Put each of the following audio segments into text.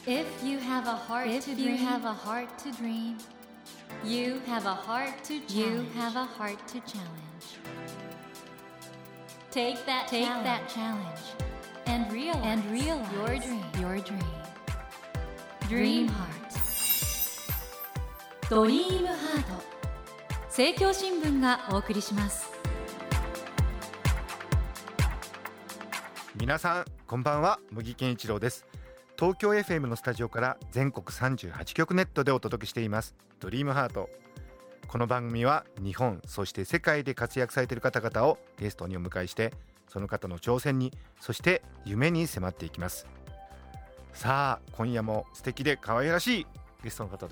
If you have a heart to dream, you have a heart to dream. You have a heart to challenge. You have a heart to challenge. Take that challenge and realize your dream. Dream Heart. ドリームハート。政教新聞がお送りします。 皆さんこんばんは、茂木健一郎です。東京 FM のスタジオから全国38局ネットでお届けしていますドリームハート。この番組は日本そして世界で活躍されている方々をゲストにお迎えして、その方の挑戦にそして夢に迫っていきます。さあ今夜も素敵で可愛らしいゲストの方です。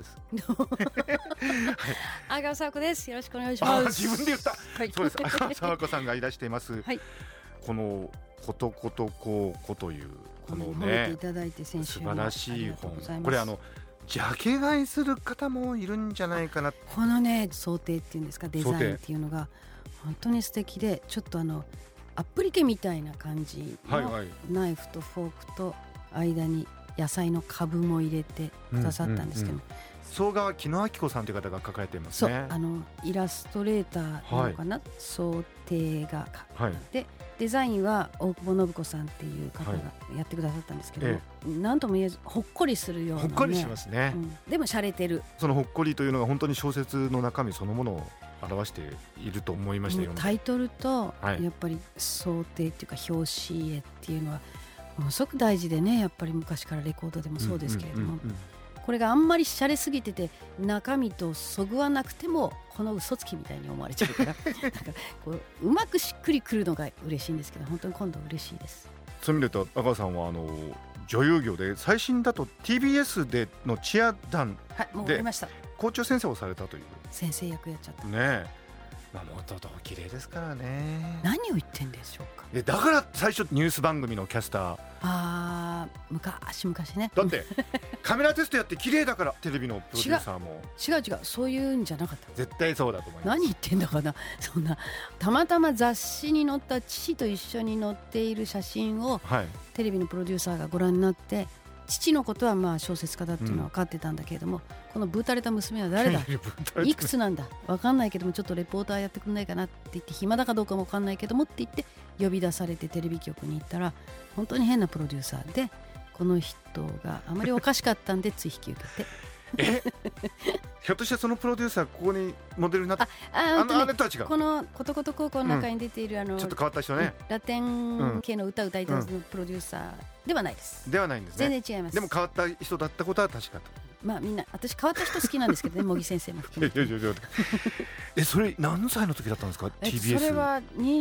阿川佐和子です。よろしくお願いします。 自分で言った、 はい、 そうです。阿川佐和子さんがいらしています、はい、このことことこうこというこのね、 いただいて先週素晴らしい本、これジャケ買いする方もいるんじゃないかな。 このね想定っていうんですか、デザインっていうのが本当に素敵で、ちょっとアップリケみたいな感じのナイフとフォークと間に野菜の株も入れてくださったんですけど、 総川木野明子さんという方が書かれていますね。 そうイラストレーターなのかな、想定がで、デザインは大久保信子さんっていう方がやってくださったんですけど、何とも言えずほっこりするような、ね、 ほっこりしますね、 でも洒落てる。 そのほっこりというのが本当に小説の中身そのものを表していると思いましたよ。 タイトルとやっぱり想定っていうか表紙絵っていうのはものすごく大事でね、やっぱり昔からレコードでもそうですけれども、これがあんまり洒落すぎてて中身とそぐわなくてもこの嘘つきみたいに思われちゃうからなんかこうまくしっくりくるのが嬉しいんですけど、本当に今度嬉しいです。 そういう意味で言うと阿川さんは女優業で最新だと TBS でのチア団で校長先生をされたという先生役やっちゃったね。元々綺麗ですからね。 何を言ってんでしょうか。 だから最初ニュース番組のキャスター、 昔ね。 だってカメラテストやって綺麗だからテレビのプロデューサーも違うそういうんじゃなかった。 絶対そうだと思います。 何言ってんだかな。そんなたまたま雑誌に載った父と一緒に載っている写真を、テレビのプロデューサーがご覧になって、父のことは小説家だっていうのは分かってたんだけれども、このぶたれた娘は誰だいくつなんだ分かんないけども、ちょっとレポーターやってくんないかなって言って、暇だかどうかも分かんないけどもって言って呼び出されてテレビ局に行ったら、本当に変なプロデューサーで、この人があまりおかしかったんでつい引き受けてひょっとしてそのプロデューサーここにモデルになったあれとは違う。 このことこと高校の中に出ているちょっと変わった人ね、 ラテン系の歌歌いたいのプロデューサーではないです。 ではないんですね。 全然違います。 でも変わった人だったことは確かと。 みんな私変わった人好きなんですけどね茂木先生も含めて。 それ何歳の時だったんですか。 TBS それは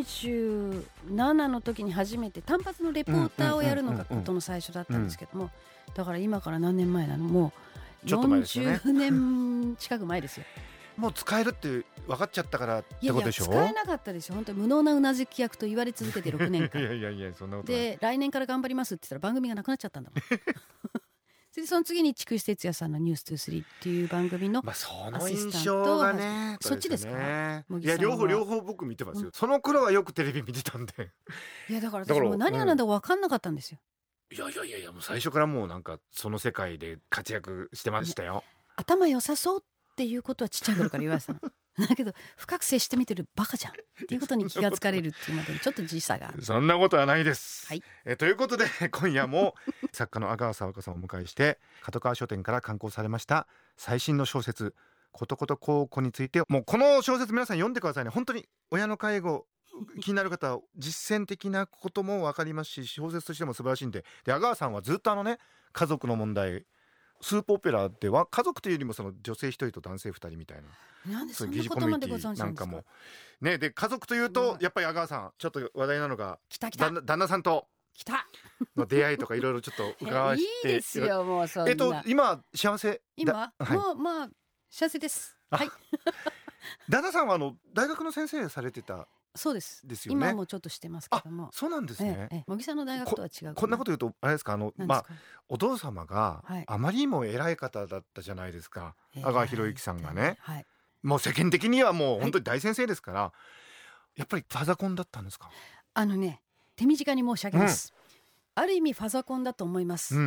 27の時に初めて単発のレポーターをやるのがことの最初だったんですけども、だから今から何年前なの、もう40年近く前ですよ。 もう使えるって分かっちゃったからってことでしょ。 使えなかったですよ。本当に無能なうなずき役と言われ続けて6年間いやそんなことないで、来年から頑張りますって言ったら番組がなくなっちゃったんだもんそれでその次に筑紫哲也さんのニュース2 3っていう番組のアシスタント、 その印象がね、 そっちですか。 いや両方僕見てますよ、その頃はよくテレビ見てたんで。 いやだから私も何が何だか分かんなかったんですよ。 いやもう最初からもうなんかその世界で活躍してましたよ。 頭良さそうっていうことはちっちゃい頃から言われてたのだけど深く接してみてるバカじゃんっていうことに気がつかれるっていうまでにちょっと時差がそんなことはないです、 はい。 ということで今夜も作家の阿川佐和子さんをお迎えして角川書店から刊行されました最新の小説ことことこうこについて、もうこの小説皆さん読んでくださいね。本当に親の介護気になる方は実践的なことも分かりますし、小説としても素晴らしいんで、阿川さんはずっと家族の問題、スープオペラでは家族というよりもその女性一人と男性二人みたいな、 なんでそんなことまでご存知なんですか。 なんかもね、で家族というとやっぱり阿川さんちょっと話題なのが旦那さんとの出会いとかいろいろちょっと伺わせていいですよもうそんな。 今幸せ今、もう幸せです。はい旦那さんは大学の先生されてた。 そうです。 ですよね。 今もちょっとしてますけども。 そうなんですね。 茂木さんの大学とは違う。 こんなこと言うとあれですか、お父様があまりにも偉い方だったじゃないですか、阿川弘之さんがね、もう世間的にはもう本当に大先生ですから、やっぱりファザコンだったんですか。 手短に申し上げます、ある意味ファザコンだと思います、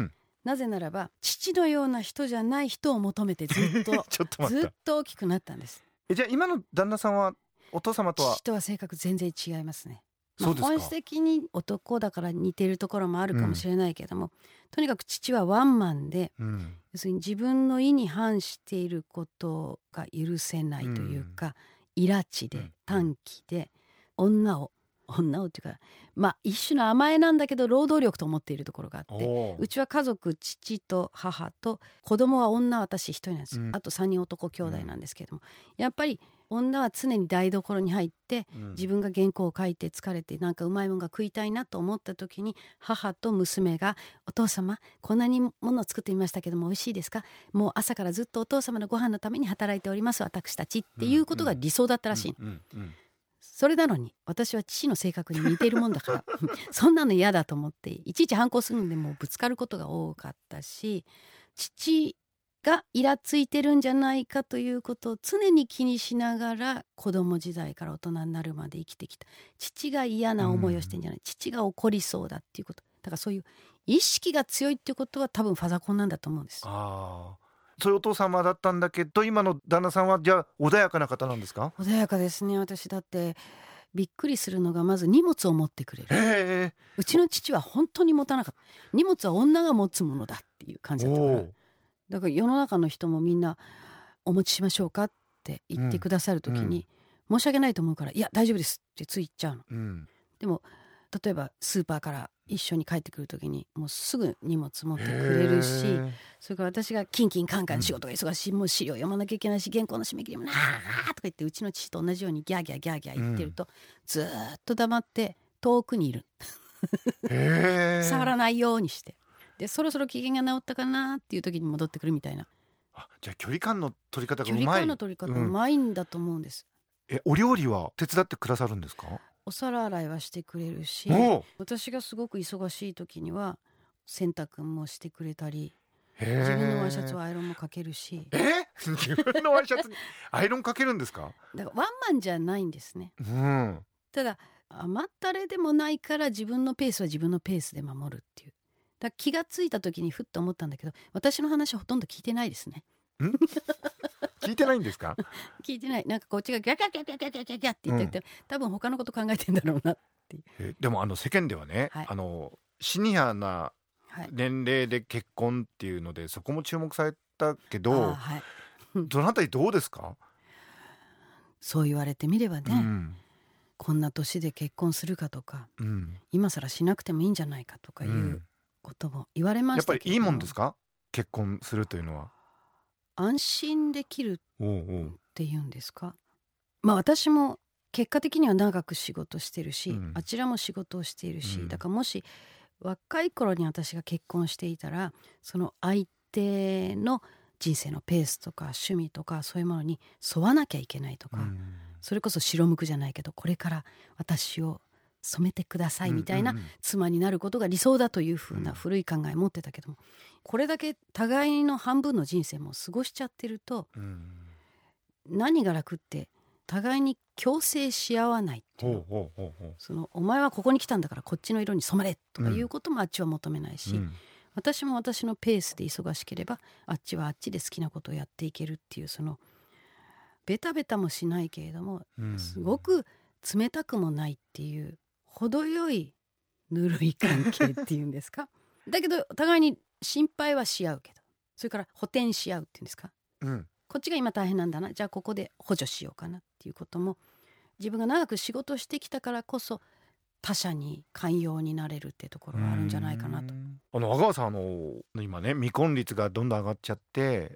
なぜならば父のような人じゃない人を求めてずっとちょっと待った。 ずっと大きくなったんです。 じゃあ今の旦那さんはお父様とは。 父とは性格全然違いますね。 そうですか。 本質的に男だから似てるところもあるかもしれないけども、とにかく父はワンマンで、要するに自分の意に反していることが許せないというか、イラチで短気で女をっていうか、一種の甘えなんだけど労働力と思っているところがあって、うちは家族父と母と子供は女私一人なんですよ、あと3人男兄弟なんですけれども、やっぱり女は常に台所に入って、自分が原稿を書いて疲れてなんかうまいものが食いたいなと思った時に、母と娘がお父様こんなにものを作ってみましたけども美味しいですか、もう朝からずっとお父様のご飯のために働いております私たちっていうことが理想だったらしい。それなのに私は父の性格に似ているもんだからそんなの嫌だと思っていちいち反抗するんでもうぶつかることが多かったし、父がイラついてるんじゃないかということを常に気にしながら子供時代から大人になるまで生きてきた。父が嫌な思いをしてんじゃない、父が怒りそうだっていうこと、だからそういう意識が強いっていうことは多分ファザコンなんだと思うんです。 そういうお父様だったんだけど、今の旦那さんはじゃあ穏やかな方なんですか？ 穏やかですね。私だってびっくりするのが、まず荷物を持ってくれる。うちの父は本当に持たなかった。荷物は女が持つものだっていう感じだったから、だから世の中の人もみんなお持ちしましょうかって言ってくださるときに、申し訳ないと思うからいや大丈夫ですってつい言っちゃうの、でも例えばスーパーから一緒に帰ってくるときにもうすぐ荷物持ってくれるし、それから私がキンキンカンカン仕事が忙しい、もう資料読まなきゃいけないし原稿の締め切りもなーとか言って、うちの父と同じようにギャーギャーギャーギャー言ってると、ずーっと黙って遠くにいる触らないようにして、でそろそろ機嫌が治ったかなっていう時に戻ってくるみたいな。 じゃあ距離感の取り方がうまい。 距離感の取り方うまいんだと思うんです。 お料理は手伝ってくださるんですか？ お皿洗いはしてくれるし、私がすごく忙しい時には洗濯もしてくれたり、自分のワイシャツはアイロンもかけるし。 自分のワイシャツにアイロンかけるんですか？ だからワンマンじゃないんですね、ただ甘ったれでもないから自分のペースは自分のペースで守るっていう。だから気がついた時にふっと思ったんだけど、私の話ほとんど聞いてないですね。 聞いてないんですか？ 聞いてない。なんかこっちがギャギャギャギャギャギャギャギャって言ってて、多分他のこと考えてんだろうなっていう。 でも世間ではね、シニアな年齢で結婚っていうので、そこも注目されたけど、どのあたりどうですか？ そう言われてみればね、こんな年で結婚するかとか、今更しなくてもいいんじゃないかとかいうことも言われましたけど、 やっぱりいいもんですか？結婚するというのは安心できるっていうんですか。私も結果的には長く仕事してるし、あちらも仕事をしているし、だからもし若い頃に私が結婚していたら、その相手の人生のペースとか趣味とかそういうものに沿わなきゃいけないとか、それこそ白むくじゃないけど、これから私を染めてくださいみたいな妻になることが理想だというふうな古い考えを持ってたけども、これだけ互いの半分の人生も過ごしちゃってると、何が楽って互いに強制し合わないっていう、そのお前はここに来たんだからこっちの色に染まれとかいうこともあっちは求めないし、私も私のペースで忙しければあっちはあっちで好きなことをやっていけるっていう、そのベタベタもしないけれども、すごく冷たくもないっていう程よいぬるい関係っていうんですかだけど互いに心配はし合うけど、それから補填し合うっていうんですか、こっちが今大変なんだな、じゃあここで補助しようかなっていうことも、自分が長く仕事してきたからこそ他者に寛容になれるっていうところがあるんじゃないかなと。 阿川さん今ね未婚率がどんどん上がっちゃって、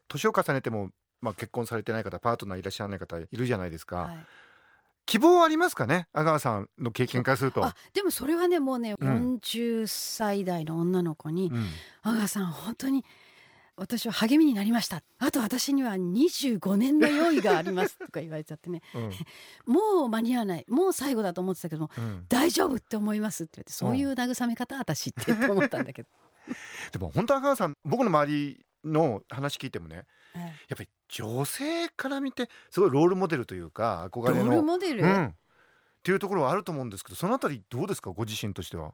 年を重ねても、結婚されてない方、パートナーいらっしゃらない方いるじゃないですか、希望はありますかね、阿川さんの経験からすると。 でもそれはね、もうね、40歳代の女の子に、阿川さん本当に私は励みになりました、あと私には25年の用意がありますとか言われちゃってね、もう間に合わない、もう最後だと思ってたけども、大丈夫って思いますって言って、そういう慰め方私って思ったんだけどでも本当阿川さん、僕の周りの話聞いてもね、やっぱり女性から見てすごいロールモデルというか憧れのロールモデル、 っていうところはあると思うんですけど、そのあたりどうですか、ご自身としては。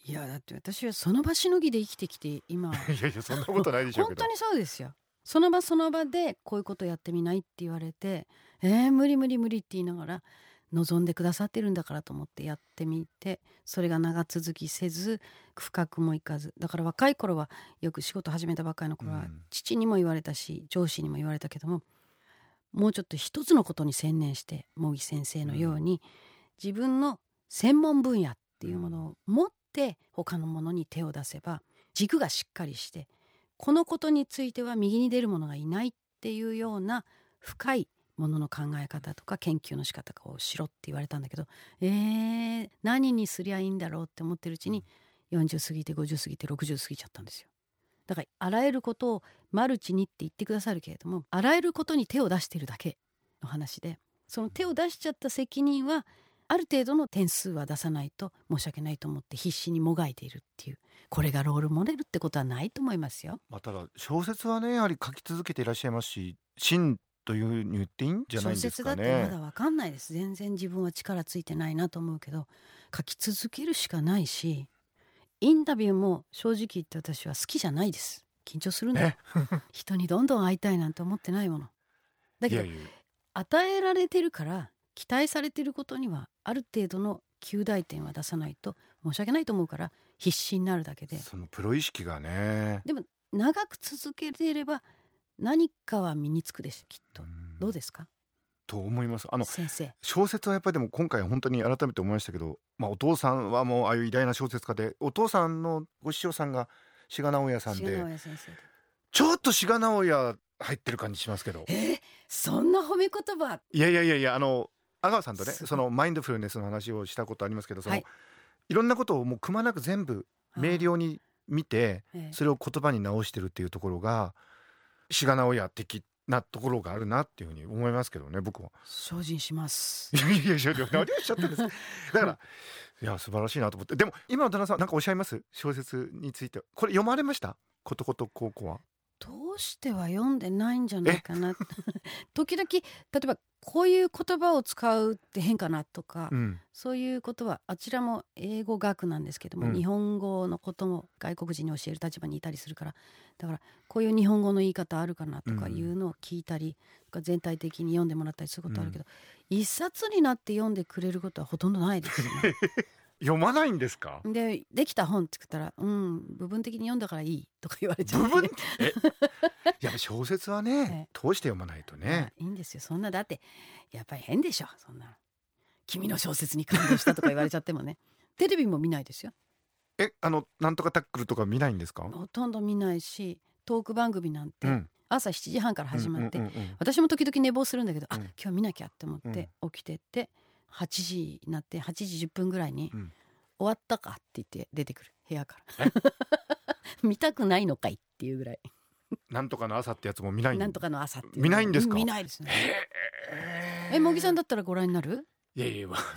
いやだって私はその場しのぎで生きてきて今いやいやそんなことないでしょうけど本当にそうですよ。その場その場でこういうことやってみないって言われて無理無理無理って言いながら望んでくださってるんだからと思ってやってみて、それが長続きせず深くもいかず、だから若い頃はよく仕事始めたばっかりの頃は父にも言われたし上司にも言われたけども、もうちょっと一つのことに専念して茂木先生のように自分の専門分野っていうものを持って他のものに手を出せば軸がしっかりして、このことについては右に出る者がいないっていうような深いものの考え方とか研究の仕方をしろって言われたんだけど、何にすりゃいいんだろうって思ってるうちに40過ぎて50過ぎて60過ぎちゃったんですよ。だからあらゆることをマルチにって言ってくださるけれども、あらゆることに手を出しているだけの話で、その手を出しちゃった責任はある程度の点数は出さないと申し訳ないと思って必死にもがいているっていう、これがロールモデルってことはないと思いますよ。 ただ小説はねやはり書き続けていらっしゃいますし、真というふうに言っていいんじゃないんですかね。 小説だってまだ分かんないです。全然自分は力ついてないなと思うけど書き続けるしかないし、インタビューも正直言って私は好きじゃないです。緊張するんだよ人にどんどん会いたいなんて思ってないものだけど、与えられてるから期待されてることにはある程度の及第点は出さないと申し訳ないと思うから必死になるだけで、 そのプロ意識がね。 でも長く続けていれば何かは身につくでしょきっと。どうですかと思います。 先生、 小説はやっぱりでも今回本当に改めて思いましたけど、お父さんはもうああいう偉大な小説家で、お父さんのご師匠さんが志賀直哉さんで、ちょっと志賀直哉入ってる感じしますけど、 そんな褒め言葉。 いや阿川さんとねそのマインドフルネスの話をしたことありますけど、いろんなことをもうくまなく全部明瞭に見てそれを言葉に直してるっていうところが志賀直哉的なところがあるなっていうふうに思いますけどね、僕は。 精進します。 いや何をおっしゃってるんですかだからいや素晴らしいなと思って。でも今の旦那さん何かおっしゃいます？小説についてこれ読まれました？ことこと高校はどうしては読んでないんじゃないかな時々例えばこういう言葉を使うって変かなとか、そういうことはあちらも英語学なんですけども、日本語のことも外国人に教える立場にいたりするから、だからこういう日本語の言い方あるかなとかいうのを聞いたり、全体的に読んでもらったりすることあるけど、一冊になって読んでくれることはほとんどないですよね読まないんですか？ できた本って言ったら部分的に読んだからいいとか言われちゃう、 部分やっぱ小説はね、通して読まないとね、 いいんですよ。そんなだってやっぱり変でしょ、そんな君の小説に感動したとか言われちゃってもねテレビも見ないですよ。 なんとかタックルとか見ないんですか？ ほとんど見ないし、トーク番組なんて朝7時半から始まって、私も時々寝坊するんだけど、今日見なきゃって思って起きてって8時になって8時10分ぐらいに、終わったかって言って出てくる部屋から見たくないのかいっていうぐらいなんとかの朝ってやつも見ないんなんとかの朝っていう見ないんですか？ 見ないですね。茂木さんだったらご覧になる？ いや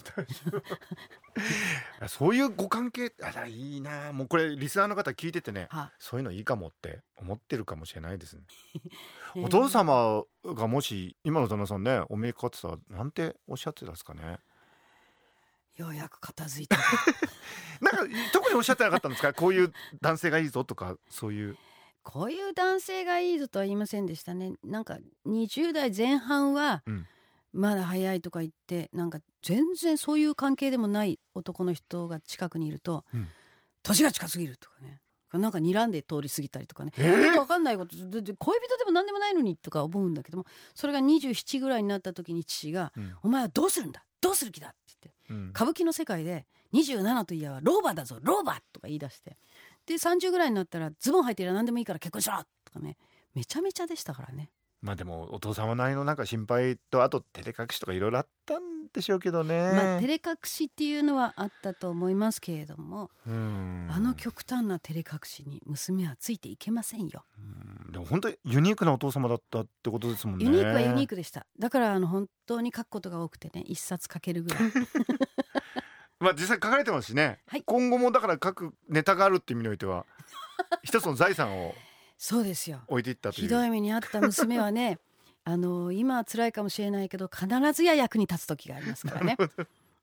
そういうご関係いいな。もうこれリスナーの方聞いててね、そういうのいいかもって思ってるかもしれないですねお父様がもし今の旦那さんねお目かかってたらなんておっしゃってたんですかね？ ようやく片付いたなんか特におっしゃってなかったんですか？こういう男性がいいぞとか、そういうこういう男性がいいぞとは言いませんでしたね。なんか20代前半は、まだ早いとか言って、なんか全然そういう関係でもない男の人が近くにいると、年が近すぎるとかね、なんか睨んで通り過ぎたりとかね、分かんないこと、恋人でも何でもないのにとか思うんだけども、それが27ぐらいになった時に父が、お前はどうするんだ、どうする気だって言って、歌舞伎の世界で27といえば老婆だぞ、老婆とか言い出して、で30ぐらいになったらズボン履いてりゃ何でもいいから結婚しろとかね、めちゃめちゃでしたからね。 でもお父様なりのなんか心配と、あと照れ隠しとかいろいろあったんでしょうけどね。 照れ隠しっていうのはあったと思いますけれども、極端な照れ隠しに娘はついていけませんよ。 でも本当にユニークなお父様だったってことですもんね。 ユニークはユニークでした。だから本当に書くことが多くてね、一冊書けるぐらい実際書かれてますしね、今後もだから書くネタがあるっていう意味においては一つの財産をそうですよ、 置いていったという。 ひどい目にあった娘はね今は辛いかもしれないけど必ずや役に立つ時がありますからね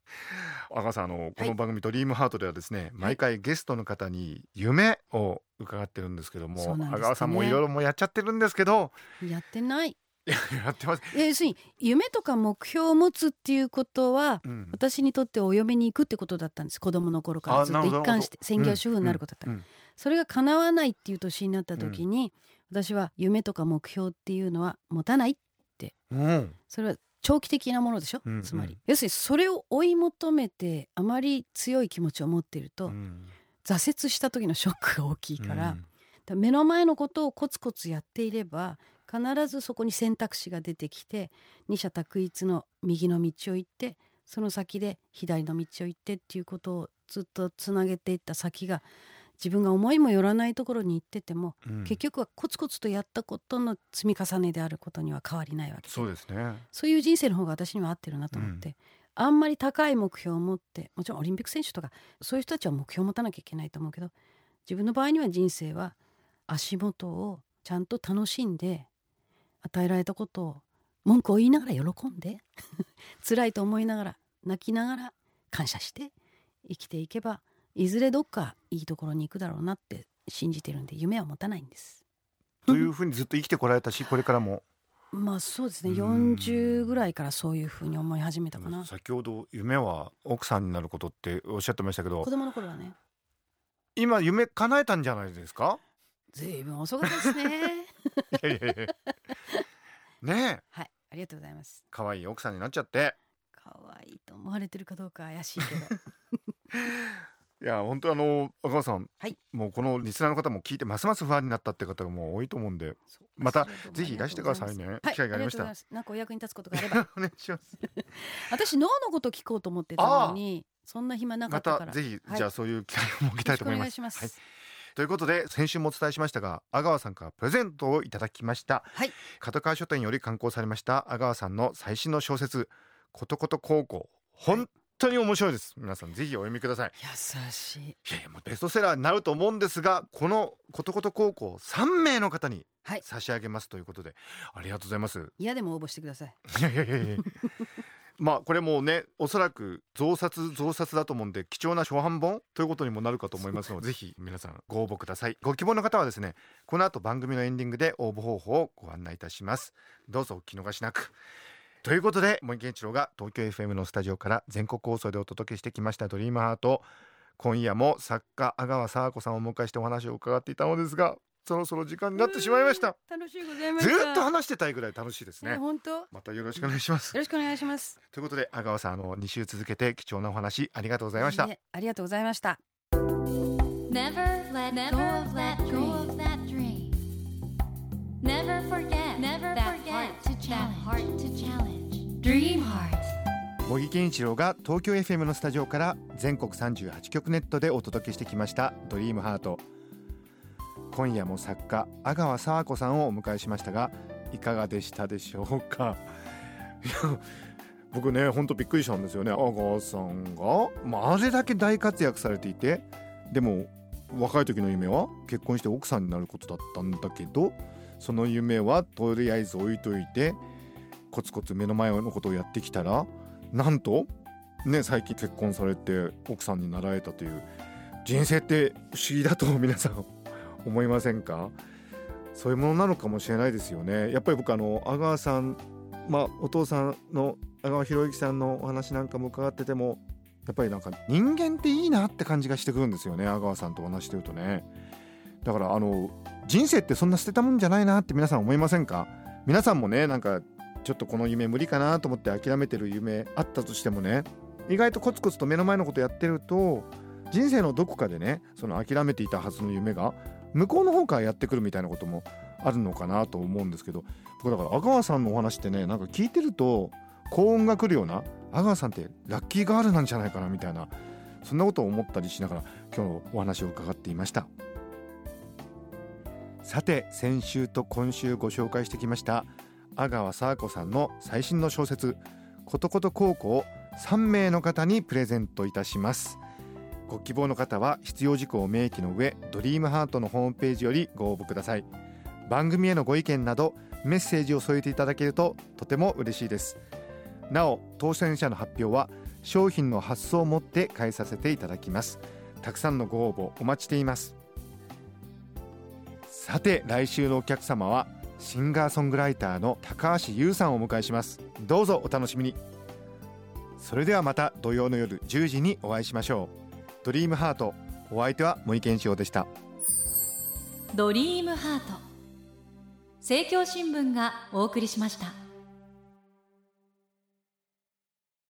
阿川さん、この番組ドリームハートではですね、毎回ゲストの方に夢を伺ってるんですけども、阿川さんもいろいろもやっちゃってるんですけど、 やってない。 やってます。 要するに夢とか目標を持つっていうことは、私にとってお嫁に行くってことだったんです。子供の頃からずっと一貫して専業主婦になることだった、それが叶わないっていう年になった時に、私は夢とか目標っていうのは持たないって、それは長期的なものでしょ、つまり要するにそれを追い求めてあまり強い気持ちを持っていると、挫折した時のショックが大きいから、目の前のことをコツコツやっていれば必ずそこに選択肢が出てきて、二者択一の右の道を行って、その先で左の道を行ってっていうことをずっとつなげていった先が、自分が思いもよらないところに行ってても、結局はコツコツとやったことの積み重ねであることには変わりないわけで、 そうですね。 そういう人生の方が私には合ってるなと思って、あんまり高い目標を持って、もちろんオリンピック選手とかそういう人たちは目標を持たなきゃいけないと思うけど、自分の場合には人生は足元をちゃんと楽しんで、与えられたことを文句を言いながら喜んで辛いと思いながら泣きながら感謝して生きていけば、いずれどっかいいところに行くだろうなって信じてるんで、夢は持たないんです。 というふうにずっと生きてこられたし、これからもまあそうですね、40ぐらいからそういうふうに思い始めたかな。 先ほど夢は奥さんになることっておっしゃってましたけど、 子供の頃はね。 今夢叶えたんじゃないですか。 ずいぶん遅かったですねいやねえ、 はい、ありがとうございます。 可愛い奥さんになっちゃって。 可愛いと思われてるかどうか怪しいけどいや本当阿川さん、もうこのリスナーの方も聞いてますます不安になったって方がもう多いと思うんで、またぜひいらしてくださいね。機会がありましたら。 なんかお役に立つことがあればお願いします私脳のこと聞こうと思ってたのに、そんな暇なかったから、 またぜひ、じゃあそういう機会を設けたいと思います。 よろしくお願いします。 ということで、先週もお伝えしましたが、阿川さんからプレゼントをいただきました。角川書店より刊行されました阿川さんの最新の小説、ことこと高校、本当に面白いです。皆さんぜひお読みください。 優しい。 いやもうベストセラーになると思うんですが、このことこと高校3名の方に差し上げますということで、ありがとうございます。 いやでも応募してください。 いやまあこれもうね、おそらく増刷だと思うんで、貴重な初版本ということにもなるかと思いますのでぜひ皆さんご応募ください。ご希望の方はですね、この後番組のエンディングで応募方法をご案内いたします。どうぞお聞き逃しなく。ということで、森健一郎が東京 FM のスタジオから全国放送でお届けしてきましたドリームハート。今夜も作家阿川佐和子さんをお迎えしてお話を伺っていたのですが、そろそろ時間になってしまいました。 楽しいございました。 ずっと話してたいぐらい楽しいですね。 本当。 またよろしくお願いします。 よろしくお願いします。 ということで、阿川さん2週続けて貴重なお話ありがとうございました。 ありがとうございました。 Never let go of that dream. Never forget that heart to challenge. Dream Heart. 茂木健一郎が東京 FM のスタジオから全国38局ネットでお届けしてきましたドリームハート。今夜も作家阿川佐和子さんをお迎えしましたが、いかがでしたでしょうか。いや僕ね、本当びっくりしたんですよね。阿川さんが、あれだけ大活躍されていて、でも若い時の夢は結婚して奥さんになることだったんだけど、その夢はとりあえず置いといてコツコツ目の前のことをやってきたら、なんとね、最近結婚されて奥さんになられたという、人生って不思議だと皆さん思いませんか。そういうものなのかもしれないですよね。やっぱり僕阿川さん、お父さんの阿川弘之さんのお話なんかも伺ってても、やっぱりなんか人間っていいなって感じがしてくるんですよね、阿川さんとお話してるとね。だから人生ってそんな捨てたもんじゃないなって皆さん思いませんか。皆さんもね、なんかちょっとこの夢無理かなと思って諦めてる夢あったとしてもね、意外とコツコツと目の前のことやってると、人生のどこかでね、その諦めていたはずの夢が向こうの方からやってくるみたいなこともあるのかなと思うんですけど、僕だから阿川さんのお話ってね、なんか聞いてると幸運が来るような、阿川さんってラッキーガールなんじゃないかなみたいな、そんなことを思ったりしながら今日のお話を伺っていました。さて、先週と今週ご紹介してきました阿川佐和子さんの最新の小説ことこと高校を3名の方にプレゼントいたします。ご希望の方は必要事項を明記の上、ドリームハートのホームページよりご応募ください。番組へのご意見などメッセージを添えていただけるととても嬉しいです。なお、当選者の発表は商品の発送をもって返させていただきます。たくさんのご応募お待ちしています。さて来週のお客様はシンガーソングライターの高橋優さんをお迎えします。どうぞお楽しみに。それではまた土曜の夜10時にお会いしましょう。ドリームハート、お相手は森健志郎でした。 ドリームハート、政教新聞がお送りしました。